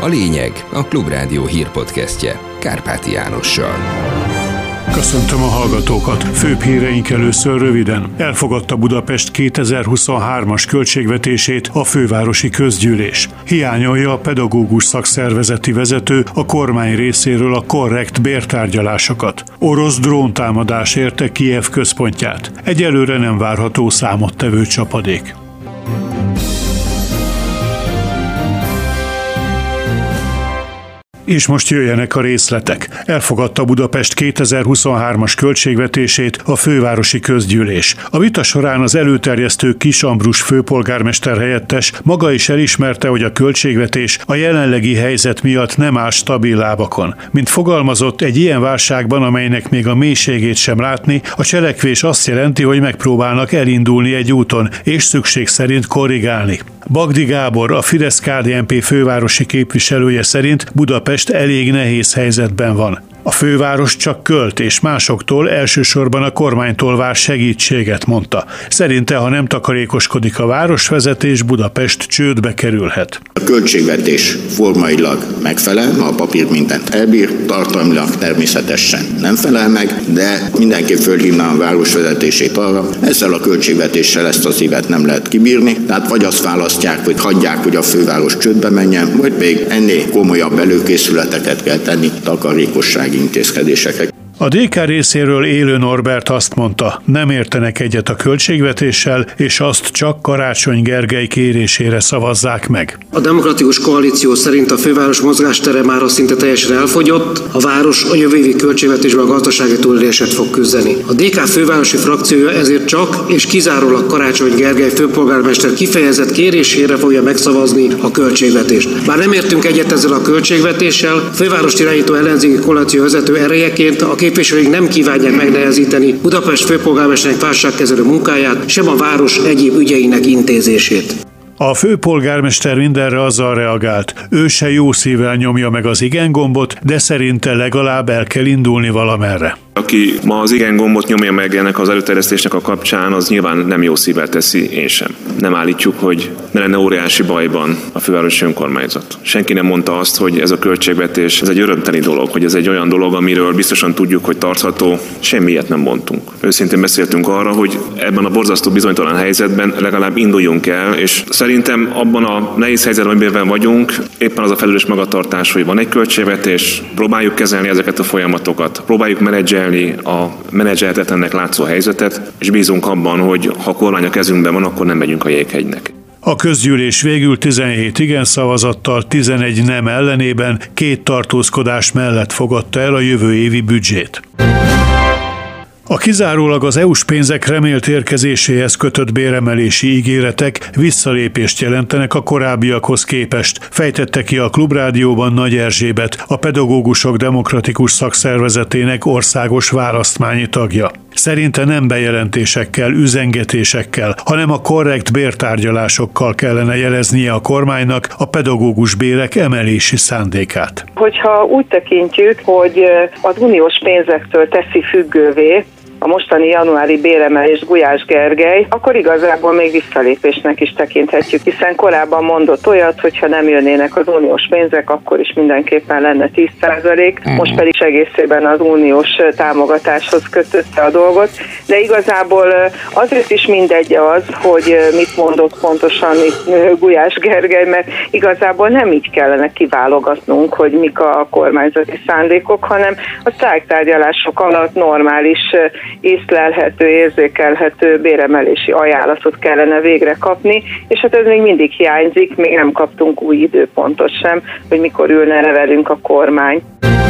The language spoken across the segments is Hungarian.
A lényeg a Klubrádió hírpodcastje Kárpáti Jánossal. Köszöntöm a hallgatókat! Főbb híreink először röviden. Elfogadta Budapest 2023-as költségvetését a fővárosi közgyűlés. Hiányolja a pedagógus szakszervezeti vezető a kormány részéről a korrekt bértárgyalásokat. Orosz dróntámadás érte Kijev központját. Egyelőre nem várható számottevő csapadék. És most jöjjenek a részletek. Elfogadta Budapest 2023-as költségvetését a fővárosi közgyűlés. A vita során az előterjesztő Kiss Ambrus főpolgármester helyettes maga is elismerte, hogy a költségvetés a jelenlegi helyzet miatt nem áll stabil lábakon. Mint fogalmazott, egy ilyen válságban, amelynek még a mélységét sem látni, a cselekvés azt jelenti, hogy megpróbálnak elindulni egy úton, és szükség szerint korrigálni. Bagdi Gábor, a Fidesz-KDNP fővárosi képviselője szerint Budapest elég nehéz helyzetben van. A főváros csak költ, és másoktól, elsősorban a kormánytól vár segítséget, mondta. Szerinte, ha nem takarékoskodik a városvezetés, Budapest csődbe kerülhet. A költségvetés formailag megfelel, a papír mindent elbír, tartalmilag természetesen nem felel meg, de mindenképp fölhívnám a városvezetését arra, ezzel a költségvetéssel ezt az évet nem lehet kibírni, tehát vagy azt választják, vagy hagyják, hogy a főváros csődbe menjen, vagy még ennél komolyabb előkészületeket kell tenni, takarékosság intézkedéseket. A DK részéről Élő Norbert azt mondta, nem értenek egyet a költségvetéssel, és azt csak Karácsony Gergely kérésére szavazzák meg. A Demokratikus Koalíció szerint a főváros mozgástere már szinte teljesen elfogyott, a város a jövő évi költségvetésben a gazdasági túlélésért fog küzdeni. A DK fővárosi frakciója ezért csak és kizárólag Karácsony Gergely főpolgármester kifejezett kérésére fogja megszavazni a költségvetést. Bár nem értünk egyet ezzel a költségvetéssel, a fővárost irányító ellenzéki koalíció vezető erejeként a képviselőink nem kívánják megnehezíteni Budapest főpolgármesternek válságkezelő munkáját, sem a város egyéb ügyeinek intézését. A főpolgármester mindenre azzal reagált, ő se jó szívvel nyomja meg az igen gombot, de szerinte legalább el kell indulni valamerre. Aki ma az igen gombot nyomja meg ennek az előterjesztésnek a kapcsán, az nyilván nem jó szívvel teszi, én sem. Nem állítjuk, hogy ne lenne óriási bajban a fővárosi önkormányzat. Senki nem mondta azt, hogy ez a költségvetés, ez egy örömteli dolog, hogy ez egy olyan dolog, amiről biztosan tudjuk, hogy tartható. Semmilyet nem mondtunk. Őszintén beszéltünk arra, hogy ebben a borzasztó bizonytalan helyzetben legalább induljunk el, és szerintem abban a nehéz helyzetben, amiben vagyunk, éppen az a felelős magatartás, hogy van egy költségvetés, próbáljuk kezelni ezeket a folyamatokat, próbáljuk menedzselni a menedzselhetetlennek látszó helyzetet, és bízunk abban, hogy ha a kormány a kezünkben van, akkor nem megyünk a jéghegynek. A közgyűlés végül 17 igen szavazattal, 11 nem ellenében, 2 tartózkodás mellett fogadta el a jövő évi büdzsét. A kizárólag az EU-s pénzek remélt érkezéséhez kötött béremelési ígéretek visszalépést jelentenek a korábbiakhoz képest, fejtette ki a Klubrádióban Nagy Erzsébet, a Pedagógusok Demokratikus Szakszervezetének országos választmányi tagja. Szerinte nem bejelentésekkel, üzengetésekkel, hanem a korrekt bértárgyalásokkal kellene jeleznie a kormánynak a pedagógus bérek emelési szándékát. Hogyha úgy tekintjük, hogy az uniós pénzektől teszi függővé a mostani januári béremelés Gulyás Gergely, akkor igazából még visszalépésnek is tekinthetjük, hiszen korábban mondott olyat, hogyha nem jönnének az uniós pénzek, akkor is mindenképpen lenne 10%, most pedig egészében az uniós támogatáshoz kötötte a dolgot, de igazából azért is mindegy az, hogy mit mondott pontosan Gulyás Gergely, mert igazából nem így kellene kiválogatnunk, hogy mik a kormányzati szándékok, hanem a sztrájktárgyalások alatt normális, észlelhető, érzékelhető béremelési ajánlatot kellene végre kapni, és hát ez még mindig hiányzik, még nem kaptunk új időpontot sem, hogy mikor ülne velünk a kormány.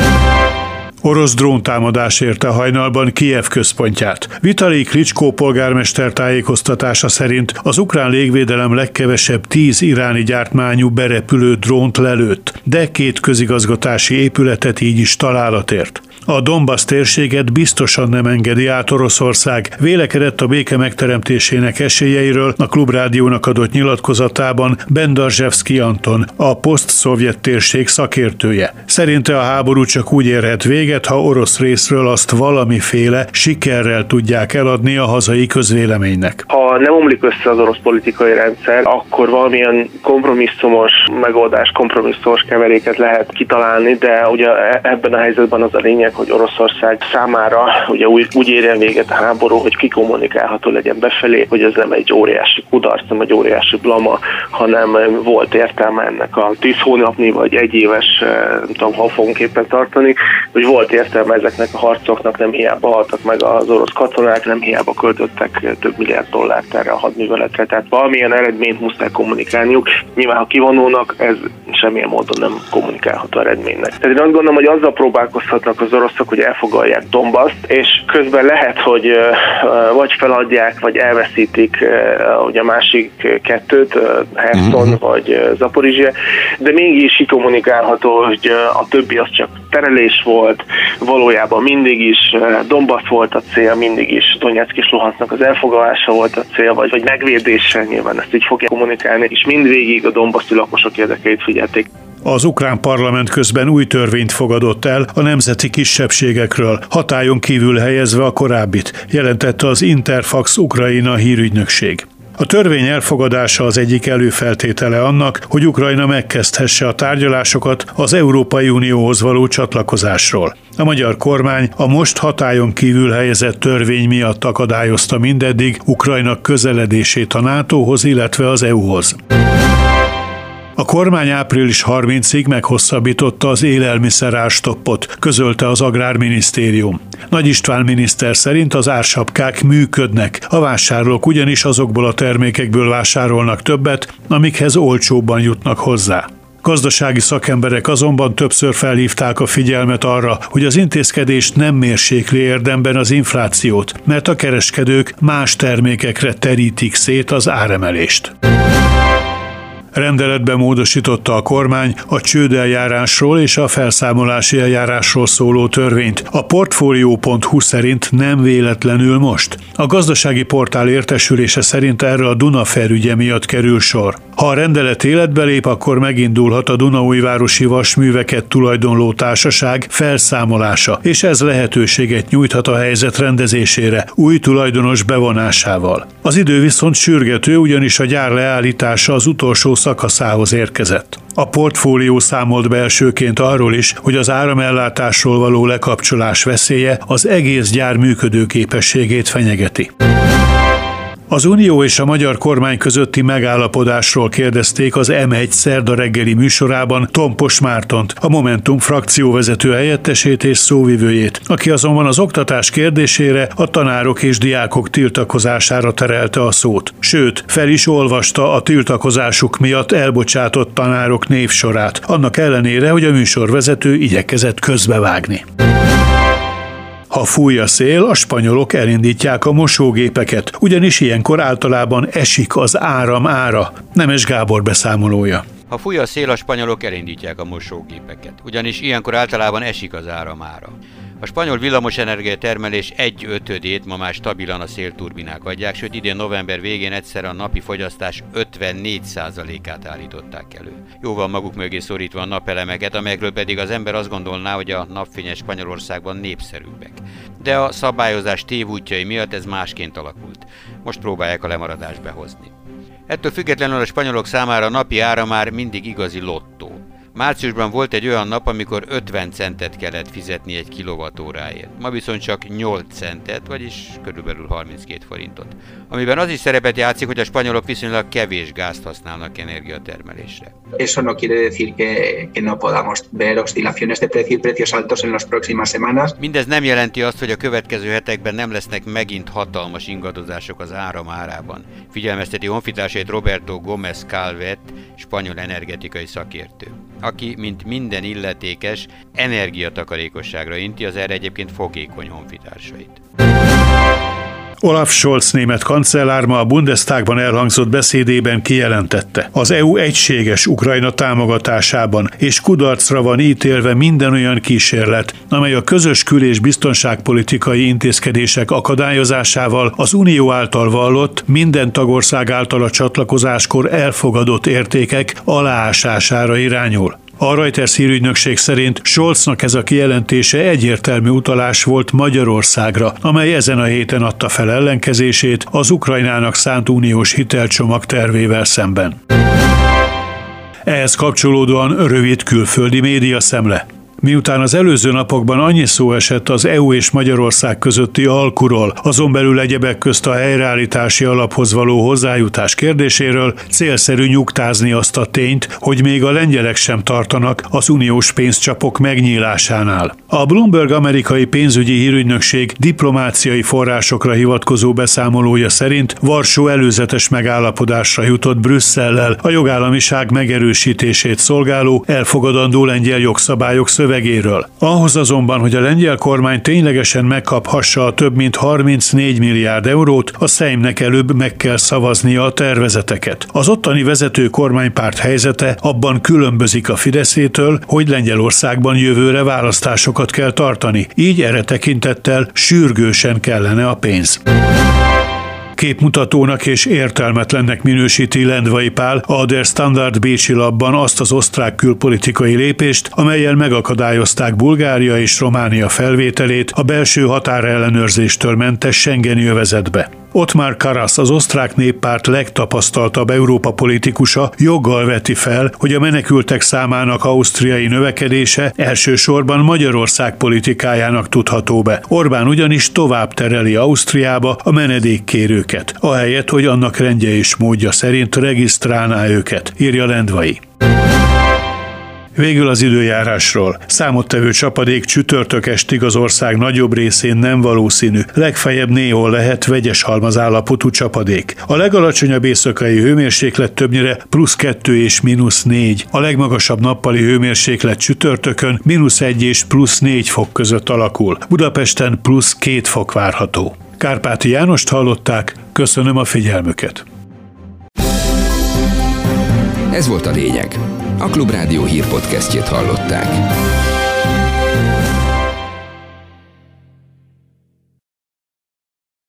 Orosz dróntámadás érte hajnalban Kijev központját. Vitalij Klitschko polgármester tájékoztatása szerint az ukrán légvédelem legkevesebb 10 iráni gyártmányú berepülő drónt lelőtt, de 2 közigazgatási épületet így is találat ért. A Donbass térséget biztosan nem engedi át Oroszország. Vélekedett a béke megteremtésének esélyeiről a Klubrádiónak adott nyilatkozatában Bendarzsevszky Anton, a poszt-szovjet térség szakértője. Szerinte a háború csak úgy érhet véget, ha orosz részről azt valamiféle sikerrel tudják eladni a hazai közvéleménynek. Ha nem omlik össze az orosz politikai rendszer, akkor valamilyen kompromisszumos megoldás, kompromisszumos keveréket lehet kitalálni, de ugye ebben a helyzetben az a lényeg, hogy Oroszország számára ugye úgy érjen véget a háború, hogy kikommunikálható legyen befelé, hogy ez nem egy óriási kudarc, nem egy óriási blama, hanem volt értelme ennek a 10 hónapnyi vagy egyéves, nem tudom, ha fogunk éppen tartani, hogy volt értelme ezeknek a harcoknak, nem hiába haltak meg az orosz katonák, nem hiába költöttek több milliárd dollárt erre a hadműveletre, tehát valamilyen eredményt muszáj kommunikálniuk. Nyilván, ha kivonulnak, ez semmilyen módon nem kommunikálható eredménynek. Tehát én azt gondolom, hogy azzal próbálkozhatnak az oroszok, hogy elfoglalják Donbaszt, és közben lehet, hogy vagy feladják, vagy elveszítik ugye a másik kettőt, Herson vagy Zaporizsia, de mégis így kommunikálható, hogy a többi az csak terelés volt, valójában mindig is Donbasz volt a cél, mindig is Donyeck és Luhansznak az elfoglalása volt a cél, vagy megvédése, nyilván ezt így fogják kommunikálni, és mindvégig a donbaszi lakosok érdekeit figyelték. Az ukrán parlament közben új törvényt fogadott el a nemzeti kisebbségekről, hatályon kívül helyezve a korábbit, jelentette az Interfax Ukrajna hírügynökség. A törvény elfogadása az egyik előfeltétele annak, hogy Ukrajna megkezdhesse a tárgyalásokat az Európai Unióhoz való csatlakozásról. A magyar kormány a most hatályon kívül helyezett törvény miatt akadályozta mindeddig Ukrajna közeledését a NATO-hoz, illetve az EU-hoz. A kormány április 30-ig meghosszabbította az élelmiszer árstoppot, közölte az Agrárminisztérium. Nagy István miniszter szerint az ársapkák működnek, a vásárlók ugyanis azokból a termékekből vásárolnak többet, amikhez olcsóbban jutnak hozzá. Gazdasági szakemberek azonban többször felhívták a figyelmet arra, hogy az intézkedés nem mérsékli érdemben az inflációt, mert a kereskedők más termékekre terítik szét az áremelést. Rendeletben módosította a kormány a csődeljárásról és a felszámolási eljárásról szóló törvényt. A Portfolio.hu szerint nem véletlenül most. A gazdasági portál értesülése szerint erre a Dunafer ügye miatt kerül sor. Ha a rendelet életbe lép, akkor megindulhat a Dunaújvárosi Vasműveket tulajdonló társaság felszámolása, és ez lehetőséget nyújthat a helyzet rendezésére, új tulajdonos bevonásával. Az idő viszont sürgető, ugyanis a gyár leállítása az utolsó szakaszához érkezett. A Portfólió számolt be elsőként arról is, hogy az áramellátásról való lekapcsolás veszélye az egész gyár működőképességét fenyegeti. Az Unió és a magyar kormány közötti megállapodásról kérdezték az M1 szerda reggeli műsorában Tompos Mártont, a Momentum frakcióvezető helyettesét és szóvivőjét, aki azonban az oktatás kérdésére, a tanárok és diákok tiltakozására terelte a szót. Sőt, fel is olvasta a tiltakozásuk miatt elbocsátott tanárok névsorát, annak ellenére, hogy a műsorvezető igyekezett közbevágni. Ha fúj a szél, a spanyolok elindítják a mosógépeket, ugyanis ilyenkor általában esik az áram ára. Nemes Gábor beszámolója. Ha fúj a szél, a spanyolok elindítják a mosógépeket, ugyanis ilyenkor általában esik az áram ára. A spanyol villamosenergia termelés 1/5-ét ma már stabilan a szélturbinák adják, sőt idén november végén egyszer a napi fogyasztás 54%-át állították elő. Jóval maguk mögé szorítva a napelemeket, amelyekről pedig az ember azt gondolná, hogy a napfényes Spanyolországban népszerűbbek. De a szabályozás tévútjai miatt ez másként alakult. Most próbálják a lemaradást behozni. Ettől függetlenül a spanyolok számára a napi ára már mindig igazi lottó. Márciusban volt egy olyan nap, amikor 50 centet kellett fizetni egy kilovattóráért. Ma viszont csak 8 centet, vagyis körülbelül 32 forintot. Amiben az is szerepet játszik, hogy a spanyolok viszonylag kevés gázt használnak energiatermelésre. Eso no quiere decir que no podamos ver oscilaciones de precio y precios altos en las próximas semanas. Mindez nem jelenti azt, hogy a következő hetekben nem lesznek megint hatalmas ingadozások az áram árában. Figyelmezteti honfitársait Roberto Gómez Calvet, spanyol energetikai szakértő, aki, mint minden illetékes, energiatakarékosságra inti az erre egyébként fogékony honfitársait. Olaf Scholz német kancellár ma a Bundestagban elhangzott beszédében kijelentette: az EU egységes Ukrajna támogatásában, és kudarcra van ítélve minden olyan kísérlet, amely a közös kül- és biztonságpolitikai intézkedések akadályozásával az Unió által vallott, minden tagország által a csatlakozáskor elfogadott értékek aláásására irányul. A Reuters hírügynökség szerint Scholznak ez a kijelentése egyértelmű utalás volt Magyarországra, amely ezen a héten adta fel ellenkezését az Ukrajnának szánt uniós hitelcsomag tervével szemben. Ehhez kapcsolódóan rövid külföldi médiaszemle. Miután az előző napokban annyi szó esett az EU és Magyarország közötti alkuról, azon belül egyebek közt a helyreállítási alaphoz való hozzájutás kérdéséről, célszerű nyugtázni azt a tényt, hogy még a lengyelek sem tartanak az uniós pénzcsapok megnyílásánál. A Bloomberg amerikai pénzügyi hírügynökség diplomáciai forrásokra hivatkozó beszámolója szerint Varsó előzetes megállapodásra jutott Brüsszellel a jogállamiság megerősítését szolgáló elfogadandó lengyel jogszabályok szövegéről. Ahhoz azonban, hogy a lengyel kormány ténylegesen megkaphassa a több mint 34 milliárd eurót, a Szeimnek előbb meg kell szavaznia a tervezeteket. Az ottani vezető kormánypárt helyzete abban különbözik a Fideszétől, hogy Lengyelországban jövőre választásokat kell tartani, így erre tekintettel sürgősen kellene a pénz. Képmutatónak és értelmetlennek minősíti Lendvai Pál a Der Standard bécsi labban azt az osztrák külpolitikai lépést, amellyel megakadályozták Bulgária és Románia felvételét a belső határellenőrzéstől mentes Schengeni övezetbe. Ottmar Karas, az osztrák néppárt legtapasztaltabb Európa politikusa joggal veti fel, hogy a menekültek számának ausztriai növekedése elsősorban Magyarország politikájának tudható be. Orbán ugyanis tovább tereli Ausztriába a menedékkérőket, ahelyett, hogy annak rendje és módja szerint regisztrálná őket, írja Lendvai. Végül az időjárásról. Számottevő csapadék csütörtök estig az ország nagyobb részén nem valószínű, legfeljebb néhol lehet vegyes halmazállapotú csapadék. A legalacsonyabb éjszakai hőmérséklet többnyire +2 és -4. A legmagasabb nappali hőmérséklet csütörtökön -1 és +4 fok között alakul. Budapesten +2 fok várható. Kárpáti Jánost hallották, köszönöm a figyelmüket. Ez volt a lényeg. A Klubrádió hírpodcastjét hallották.